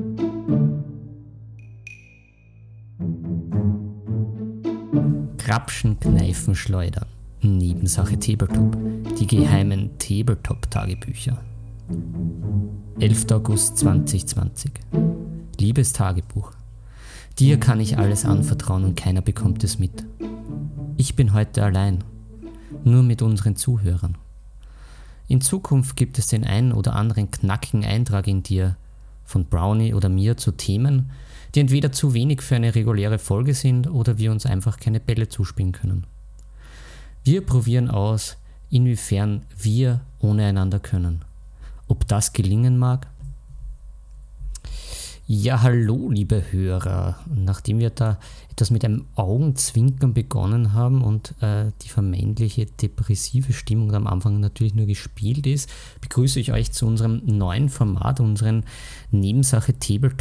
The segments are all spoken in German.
Grapschen, Kneifen, Schleudern. Nebensache Tabletop. Die geheimen Tabletop-Tagebücher. 11. August 2020. Liebes Tagebuch. Dir kann ich alles anvertrauen und keiner bekommt es mit. Ich bin heute allein. Nur mit unseren Zuhörern. In Zukunft gibt es den einen oder anderen knackigen Eintrag in dir, von Brownie oder mir, zu Themen, die entweder zu wenig für eine reguläre Folge sind oder wir uns einfach keine Bälle zuspielen können. Wir probieren aus, inwiefern wir ohne einander können. Ob das gelingen mag? Ja, hallo liebe Hörer. Nachdem wir da etwas mit einem Augenzwinkern begonnen haben und die vermeintliche depressive Stimmung am Anfang natürlich nur gespielt ist, begrüße ich euch zu unserem neuen Format, unseren Nebensache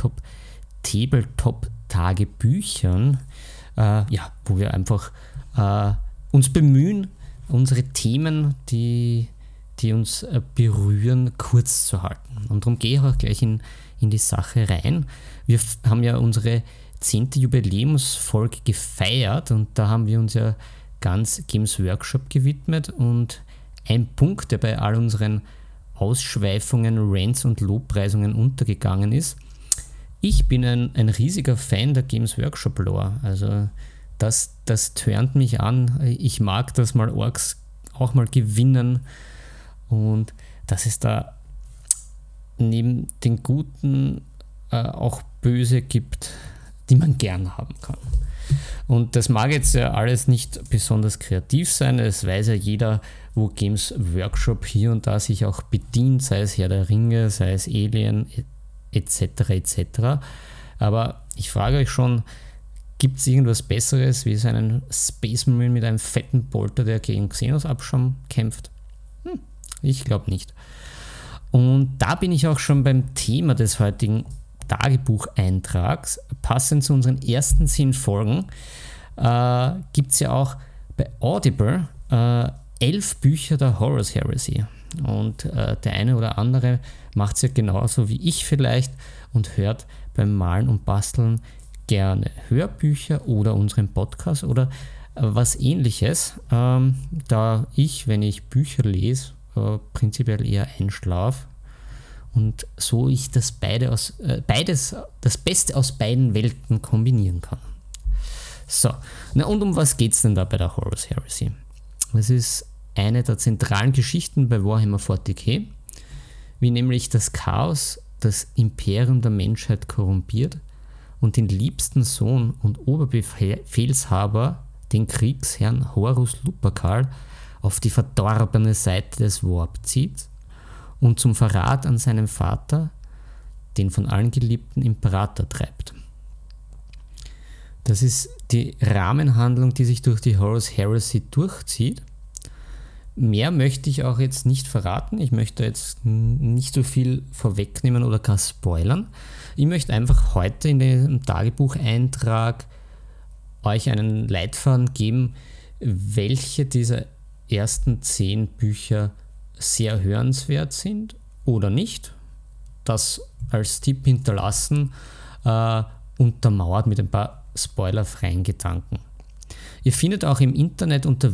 Tabletop-Tagebüchern, wo wir einfach uns bemühen, unsere Themen, die uns berühren, kurz zu halten. Und darum gehe ich auch gleich in die Sache rein. Wir haben ja unsere 10. Jubiläumsfolge gefeiert und da haben wir uns ja ganz Games Workshop gewidmet, und ein Punkt, der bei all unseren Ausschweifungen, Rants und Lobpreisungen untergegangen ist: ich bin ein riesiger Fan der Games Workshop Lore. Also das turnt mich an. Ich mag das mal Orks auch mal gewinnen, und dass es da neben den Guten auch Böse gibt, die man gern haben kann. Und das mag jetzt ja alles nicht besonders kreativ sein. Es weiß ja jeder, wo Games Workshop hier und da sich auch bedient, sei es Herr der Ringe, sei es Alien, etc. etc. Aber ich frage euch schon, gibt es irgendwas Besseres wie so einen Space Marine mit einem fetten Bolter, der gegen Xenos-Abschaum kämpft? Ich glaube nicht. Und da bin ich auch schon beim Thema des heutigen Tagebucheintrags. Passend zu unseren ersten 10 Folgen gibt es ja auch bei Audible 11 Bücher der Horus Heresy. Und der eine oder andere macht es ja genauso wie ich vielleicht und hört beim Malen und Basteln gerne Hörbücher oder unseren Podcast oder was Ähnliches, da ich, wenn ich Bücher lese, prinzipiell eher einschlafe und so ich das Beste aus beiden Welten kombinieren kann. So, und um was geht es denn da bei der Horus Heresy? Das ist eine der zentralen Geschichten bei Warhammer 40k, wie nämlich das Chaos das Imperium der Menschheit korrumpiert und den liebsten Sohn und Oberbefehlshaber, den Kriegsherrn Horus Lupercal, auf die verdorbene Seite des Warp zieht und zum Verrat an seinem Vater, den von allen geliebten Imperator, treibt. Das ist die Rahmenhandlung, die sich durch die Horus Heresy durchzieht. Mehr möchte ich auch jetzt nicht verraten. Ich möchte jetzt nicht so viel vorwegnehmen oder gar spoilern. Ich möchte einfach heute in dem Tagebucheintrag euch einen Leitfaden geben, welche dieser ersten 10 Bücher sehr hörenswert sind oder nicht. Das als Tipp hinterlassen, untermauert mit ein paar spoilerfreien Gedanken. Ihr findet auch im Internet unter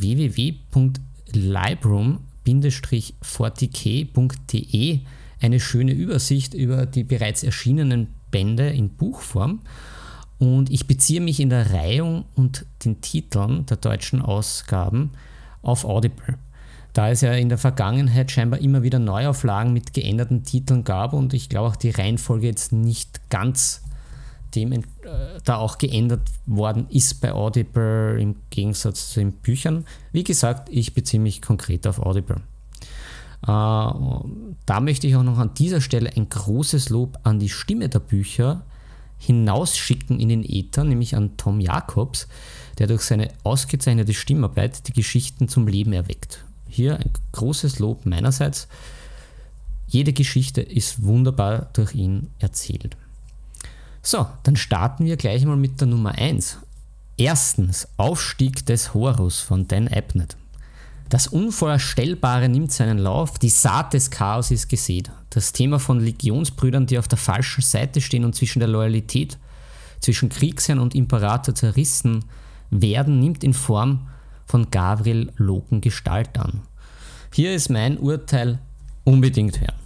www.librum-40k.de eine schöne Übersicht über die bereits erschienenen Bände in Buchform, und ich beziehe mich in der Reihung und den Titeln der deutschen Ausgaben auf Audible, da es ja in der Vergangenheit scheinbar immer wieder Neuauflagen mit geänderten Titeln gab und ich glaube auch die Reihenfolge jetzt nicht ganz dem da auch geändert worden ist bei Audible im Gegensatz zu den Büchern. Wie gesagt, ich beziehe mich konkret auf Audible. Da möchte ich auch noch an dieser Stelle ein großes Lob an die Stimme der Bücher hinausschicken in den Äther, nämlich an Tom Jacobs, der durch seine ausgezeichnete Stimmarbeit die Geschichten zum Leben erweckt. Hier ein großes Lob meinerseits. Jede Geschichte ist wunderbar durch ihn erzählt. So, dann starten wir gleich mal mit der Nummer 1. Erstens, Aufstieg des Horus von Dan Abnett. Das Unvorstellbare nimmt seinen Lauf, die Saat des Chaos ist gesät. Das Thema von Legionsbrüdern, die auf der falschen Seite stehen und zwischen der Loyalität zwischen Kriegsherrn und Imperator zerrissen werden, nimmt in Form von Gavril Loken Gestalt an. Hier ist mein Urteil: unbedingt hören.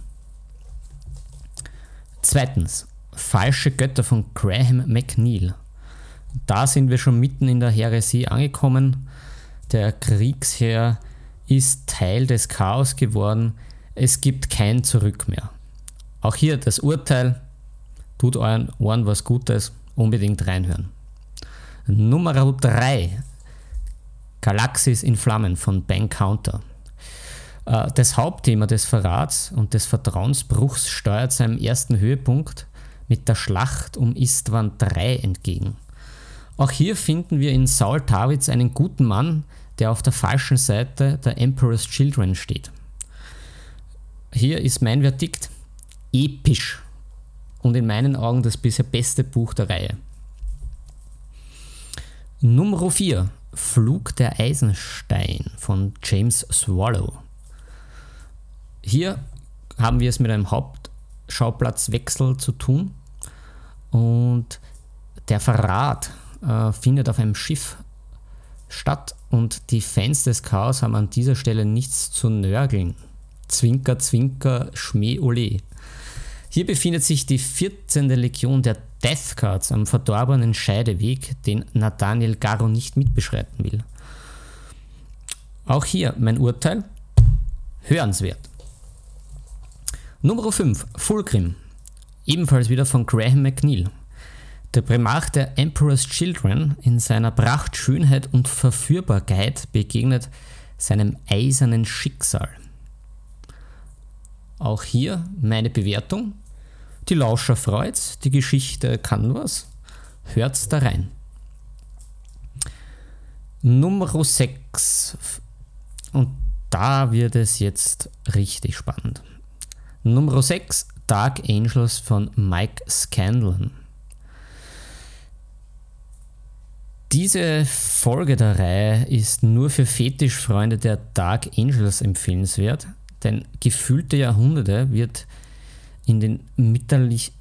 Zweitens, Falsche Götter von Graham McNeill. Da sind wir schon mitten in der Häresie angekommen. Der Kriegsherr ist Teil des Chaos geworden. Es gibt kein Zurück mehr. Auch hier das Urteil: tut euren Ohren was Gutes, unbedingt reinhören. Nummer 3. Galaxis in Flammen von Ben Counter. Das Hauptthema des Verrats und des Vertrauensbruchs steuert seinem ersten Höhepunkt mit der Schlacht um Istvan III entgegen. Auch hier finden wir in Saul Tarwitz einen guten Mann, der auf der falschen Seite der Emperor's Children steht. Hier ist mein Verdikt: episch und in meinen Augen das bisher beste Buch der Reihe. Nummer 4. Flug der Eisenstein von James Swallow. Hier haben wir es mit einem Hauptschauplatzwechsel zu tun und der Verrat findet auf einem Schiff statt und die Fans des Chaos haben an dieser Stelle nichts zu nörgeln. Zwinker, zwinker, Schmäh, ole. Hier befindet sich die 14. Legion der Death Guards am verdorbenen Scheideweg, den Nathaniel Garro nicht mitbeschreiten will. Auch hier mein Urteil: hörenswert. Nummer 5. Fulgrim. Ebenfalls wieder von Graham McNeill. Der Primarch der Emperor's Children in seiner Pracht, Schönheit und Verführbarkeit begegnet seinem eisernen Schicksal. Auch hier meine Bewertung: die Lauscher freut's, die Geschichte kann was, hört's da rein. Nummer 6. Und da wird es jetzt richtig spannend. Nummer 6. Dark Angels von Mike Scanlon. Diese Folge der Reihe ist nur für Fetischfreunde der Dark Angels empfehlenswert, denn gefühlte Jahrhunderte wird in den mütterlich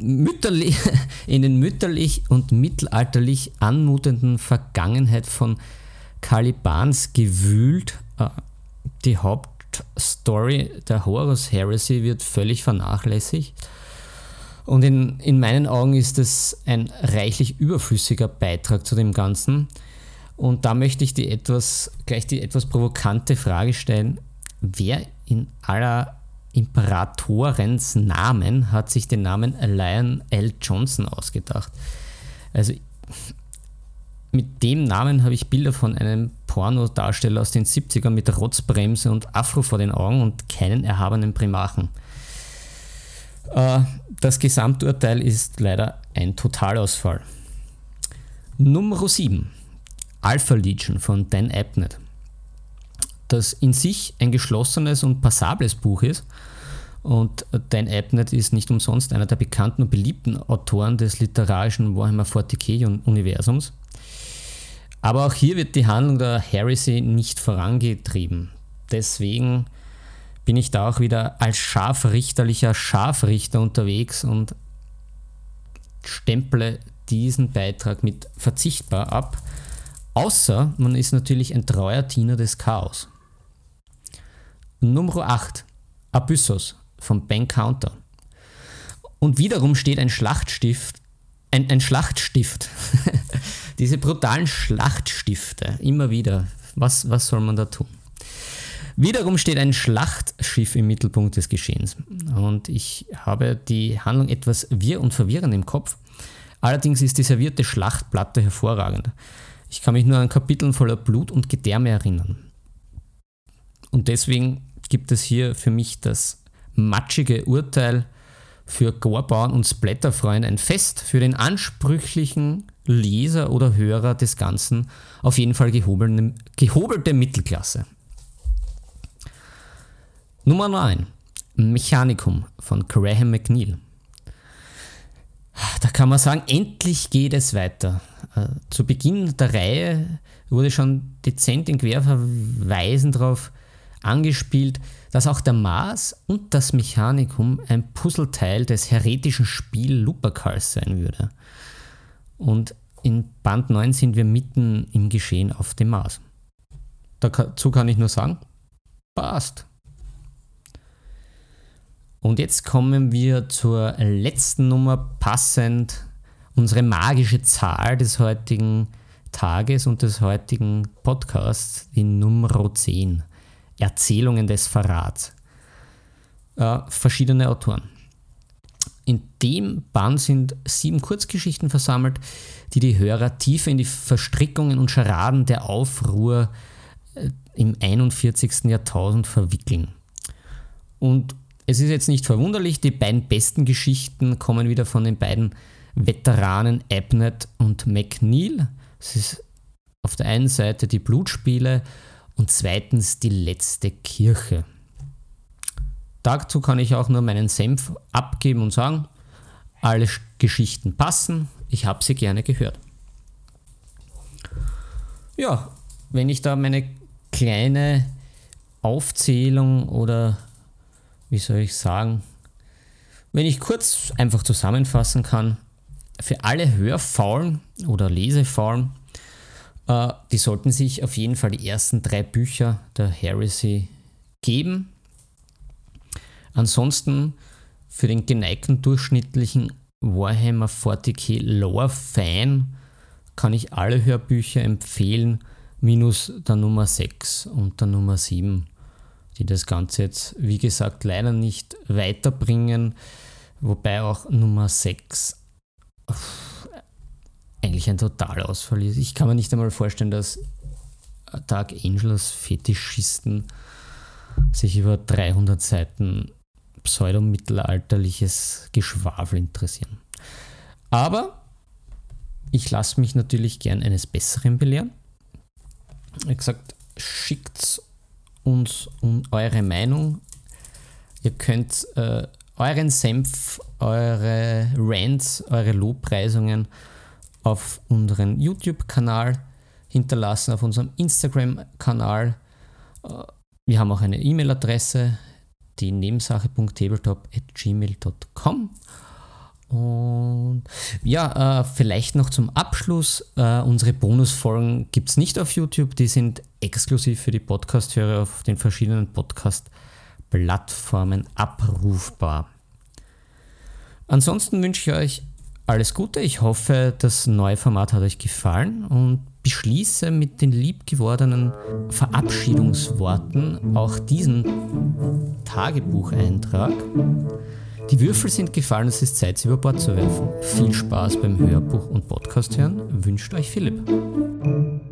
und mittelalterlich anmutenden Vergangenheit von Calibans gewühlt. Die Hauptstory der Horus Heresy wird völlig vernachlässigt. Und in meinen Augen ist es ein reichlich überflüssiger Beitrag zu dem Ganzen. Und da möchte ich die etwas provokante Frage stellen: Wer in aller Imperatorens Namen hat sich den Namen Lion L. Johnson ausgedacht? Also mit dem Namen habe ich Bilder von einem Pornodarsteller aus den 70ern mit Rotzbremse und Afro vor den Augen und keinen erhabenen Primarchen. Das Gesamturteil ist leider ein Totalausfall. Nummer 7. Alpha Legion von Dan Abnett. Das in sich ein geschlossenes und passables Buch ist, und Dan Abnett ist nicht umsonst einer der bekannten und beliebten Autoren des literarischen Warhammer 40k-Universums. Aber auch hier wird die Handlung der Heresy nicht vorangetrieben. Deswegen bin ich da auch wieder als scharfrichterlicher Scharfrichter unterwegs und stemple diesen Beitrag mit verzichtbar ab, außer man ist natürlich ein treuer Diener des Chaos. Nummer 8. Abyssos von Ben Counter. Und wiederum steht ein Schlachtstift, ein Schlachtstift, diese brutalen Schlachtstifte, immer wieder, was soll man da tun? Wiederum steht ein Schlachtschiff im Mittelpunkt des Geschehens und ich habe die Handlung etwas wirr und verwirrend im Kopf. Allerdings ist die servierte Schlachtplatte hervorragend. Ich kann mich nur an Kapiteln voller Blut und Gedärme erinnern. Und deswegen gibt es hier für mich das matschige Urteil: für Gorebauern und Splatterfreunde ein Fest, für den ansprüchlichen Leser oder Hörer des Ganzen auf jeden Fall gehobelte Mittelklasse. Nummer 9. Mechanicum von Graham McNeill. Da kann man sagen, endlich geht es weiter. Zu Beginn der Reihe wurde schon dezent in Querverweisen darauf angespielt, dass auch der Mars und das Mechanicum ein Puzzleteil des heretischen Spiel Lupercals sein würde. Und in Band 9 sind wir mitten im Geschehen auf dem Mars. Dazu kann ich nur sagen, passt. Und jetzt kommen wir zur letzten Nummer, passend unsere magische Zahl des heutigen Tages und des heutigen Podcasts, die Nummer 10. Erzählungen des Verrats. Verschiedene Autoren. In dem Band sind 7 Kurzgeschichten versammelt, die die Hörer tiefer in die Verstrickungen und Scharaden der Aufruhr im 41. Jahrtausend verwickeln. Und es ist jetzt nicht verwunderlich, die beiden besten Geschichten kommen wieder von den beiden Veteranen Abnett und McNeill. Es ist auf der einen Seite die Blutspiele und zweitens die letzte Kirche. Dazu kann ich auch nur meinen Senf abgeben und sagen, alle Geschichten passen, ich habe sie gerne gehört. Ja, wenn ich da meine kleine Aufzählung oder wie soll ich sagen, wenn ich kurz einfach zusammenfassen kann, für alle Hörfaulen oder Lesefaulen, die sollten sich auf jeden Fall die ersten 3 Bücher der Heresy geben. Ansonsten für den geneigten durchschnittlichen Warhammer 40k Lore-Fan kann ich alle Hörbücher empfehlen, minus der Nummer 6 und der Nummer 7, die das Ganze jetzt, wie gesagt, leider nicht weiterbringen, wobei auch Nummer 6 eigentlich ein Totalausfall ist. Ich kann mir nicht einmal vorstellen, dass Dark Angels Fetischisten sich über 300 Seiten pseudomittelalterliches Geschwafel interessieren. Aber ich lasse mich natürlich gern eines Besseren belehren. Wie gesagt, schickt uns eure Meinung. Ihr könnt euren Senf, eure Rants, eure Lobpreisungen auf unseren YouTube-Kanal hinterlassen, auf unserem Instagram-Kanal. Wir haben auch eine E-Mail-Adresse, die nebensache.tabletop@gmail.com. Und ja, vielleicht noch zum Abschluss, unsere Bonusfolgen gibt es nicht auf YouTube, die sind exklusiv für die Podcast-Hörer auf den verschiedenen Podcast-Plattformen abrufbar. Ansonsten wünsche ich euch alles Gute, ich hoffe, das neue Format hat euch gefallen und beschließe mit den liebgewordenen Verabschiedungsworten auch diesen Tagebucheintrag. Die Würfel sind gefallen, es ist Zeit, sie über Bord zu werfen. Viel Spaß beim Hörbuch und Podcast hören, wünscht euch Philipp.